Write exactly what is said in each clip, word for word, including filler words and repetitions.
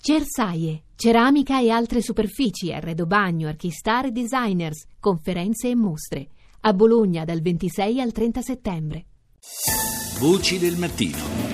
Cersaie, ceramica e altre superfici, arredo bagno, archistar e designers, conferenze e mostre. A Bologna dal ventisei al trenta settembre. Voci del mattino.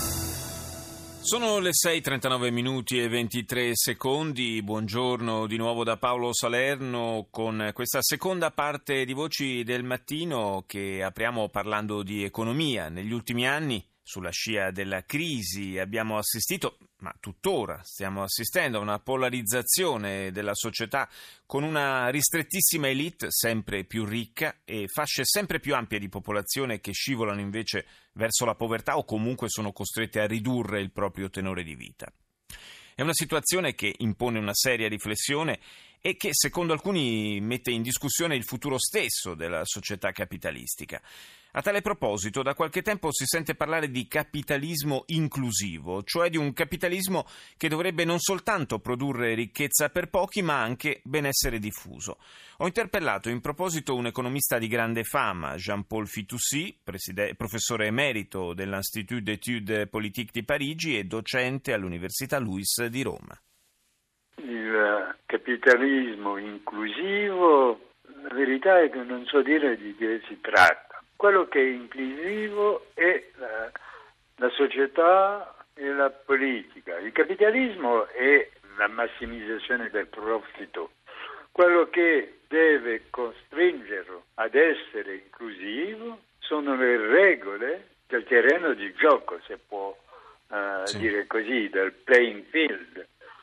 Sono le sei e trentanove minuti e ventitré secondi. Buongiorno di nuovo da Paolo Salerno con questa seconda parte di Voci del Mattino che apriamo parlando di economia. Negli ultimi anni, sulla scia della crisi, abbiamo assistito, ma tuttora stiamo assistendo a una polarizzazione della società con una ristrettissima elite sempre più ricca e fasce sempre più ampie di popolazione che scivolano invece verso la povertà o comunque sono costrette a ridurre il proprio tenore di vita. È una situazione che impone una seria riflessione e che, secondo alcuni, mette in discussione il futuro stesso della società capitalistica. A tale proposito, da qualche tempo si sente parlare di capitalismo inclusivo, cioè di un capitalismo che dovrebbe non soltanto produrre ricchezza per pochi, ma anche benessere diffuso. Ho interpellato in proposito un economista di grande fama, Jean-Paul Fitoussi, preside- professore emerito dell'Institut d'études politiques di Parigi e docente all'Università Luis di Roma. Il capitalismo inclusivo, la verità è che non so dire di che si tratta. Quello che è inclusivo è la, la società e la politica. Il capitalismo è la massimizzazione del profitto. Quello che deve costringerlo ad essere inclusivo sono le regole del terreno di gioco, se può uh, sì. dire così, del playing field.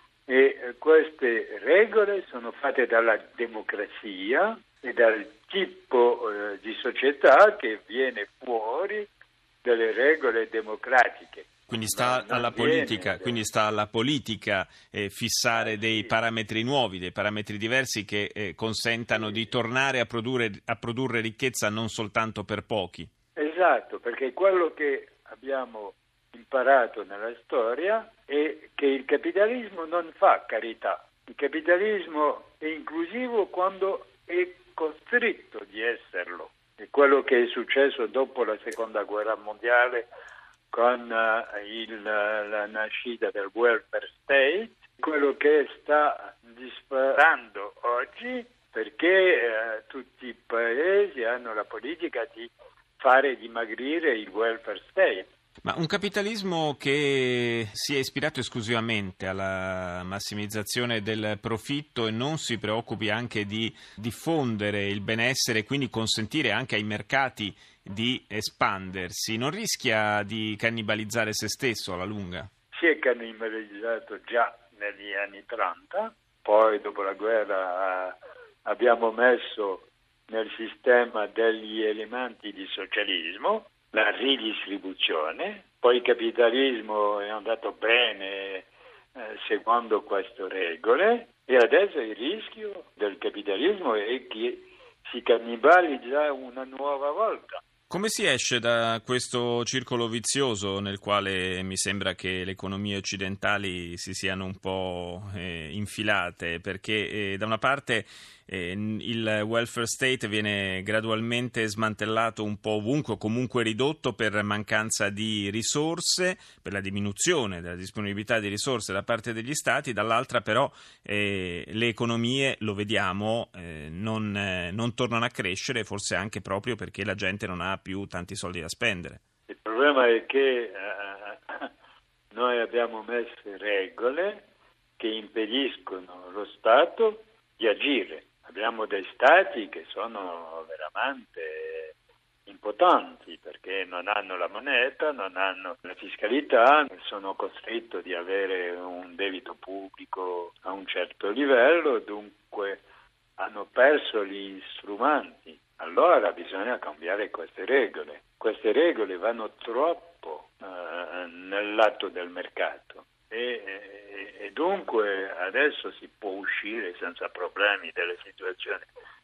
E queste regole sono fatte dalla democrazia e dal tipo eh, di società che viene fuori dalle regole democratiche. Quindi sta non alla viene, politica, quindi sta alla politica eh, fissare eh, dei sì. parametri nuovi, dei parametri diversi che eh, consentano sì. di tornare a produrre, a produrre ricchezza non soltanto per pochi. Esatto, perché quello che abbiamo imparato nella storia è che il capitalismo non fa carità. Il capitalismo è inclusivo quando è costretto di esserlo. È quello che è successo dopo la seconda guerra mondiale con uh, il, la nascita del welfare state, quello che sta disparando oggi perché uh, tutti i paesi hanno la politica di fare dimagrire il welfare state. Ma un capitalismo che sia ispirato esclusivamente alla massimizzazione del profitto e non si preoccupi anche di diffondere il benessere e quindi consentire anche ai mercati di espandersi, non rischia di cannibalizzare se stesso alla lunga? Si è cannibalizzato già negli anni trenta, poi dopo la guerra abbiamo messo nel sistema degli elementi di socialismo, la ridistribuzione, poi il capitalismo è andato bene eh, secondo queste regole e adesso il rischio del capitalismo è che si cannibalizza una nuova volta. Come si esce da questo circolo vizioso nel quale mi sembra che le economie occidentali si siano un po' eh, infilate? Perché eh, da una parte eh, il welfare state viene gradualmente smantellato un po' ovunque o comunque ridotto per mancanza di risorse, per la diminuzione della disponibilità di risorse da parte degli stati, dall'altra però eh, le economie, lo vediamo, eh, non, eh, non tornano a crescere, forse anche proprio perché la gente non ha più tanti soldi da spendere. Il problema è che uh, noi abbiamo messo regole che impediscono allo Stato di agire. Abbiamo dei stati che sono veramente impotenti perché non hanno la moneta, non hanno la fiscalità, sono costretti di avere un debito pubblico a un certo livello, dunque hanno perso gli strumenti. Allora bisogna cambiare queste regole. Queste regole vanno troppo uh, nel lato del mercato e, e, e dunque adesso si può uscire senza problemi dalle situazioni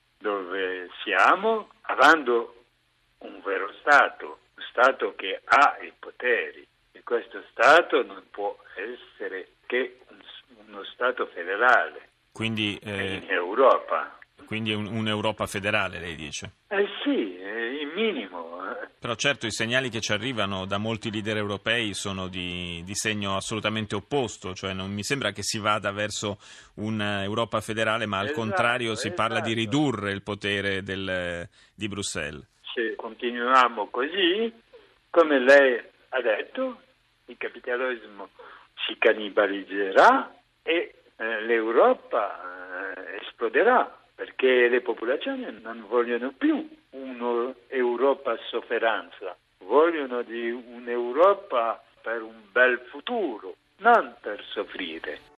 dove siamo, avendo un vero Stato, un Stato che ha i poteri e questo Stato non può essere che un, uno Stato federale. Quindi eh... in Europa. Quindi un, un'Europa federale, lei dice? Eh sì, i minimo. Però certo i segnali che ci arrivano da molti leader europei sono di, di segno assolutamente opposto, cioè non mi sembra che si vada verso un'Europa federale, ma al Esatto, contrario si esatto. parla di ridurre il potere del, di Bruxelles. Se continuiamo così, come lei ha detto, il capitalismo si cannibalizzerà e eh, l'Europa eh, esploderà, perché le popolazioni non vogliono più un'Europa a sofferenza, vogliono di un'Europa per un bel futuro, non per soffrire.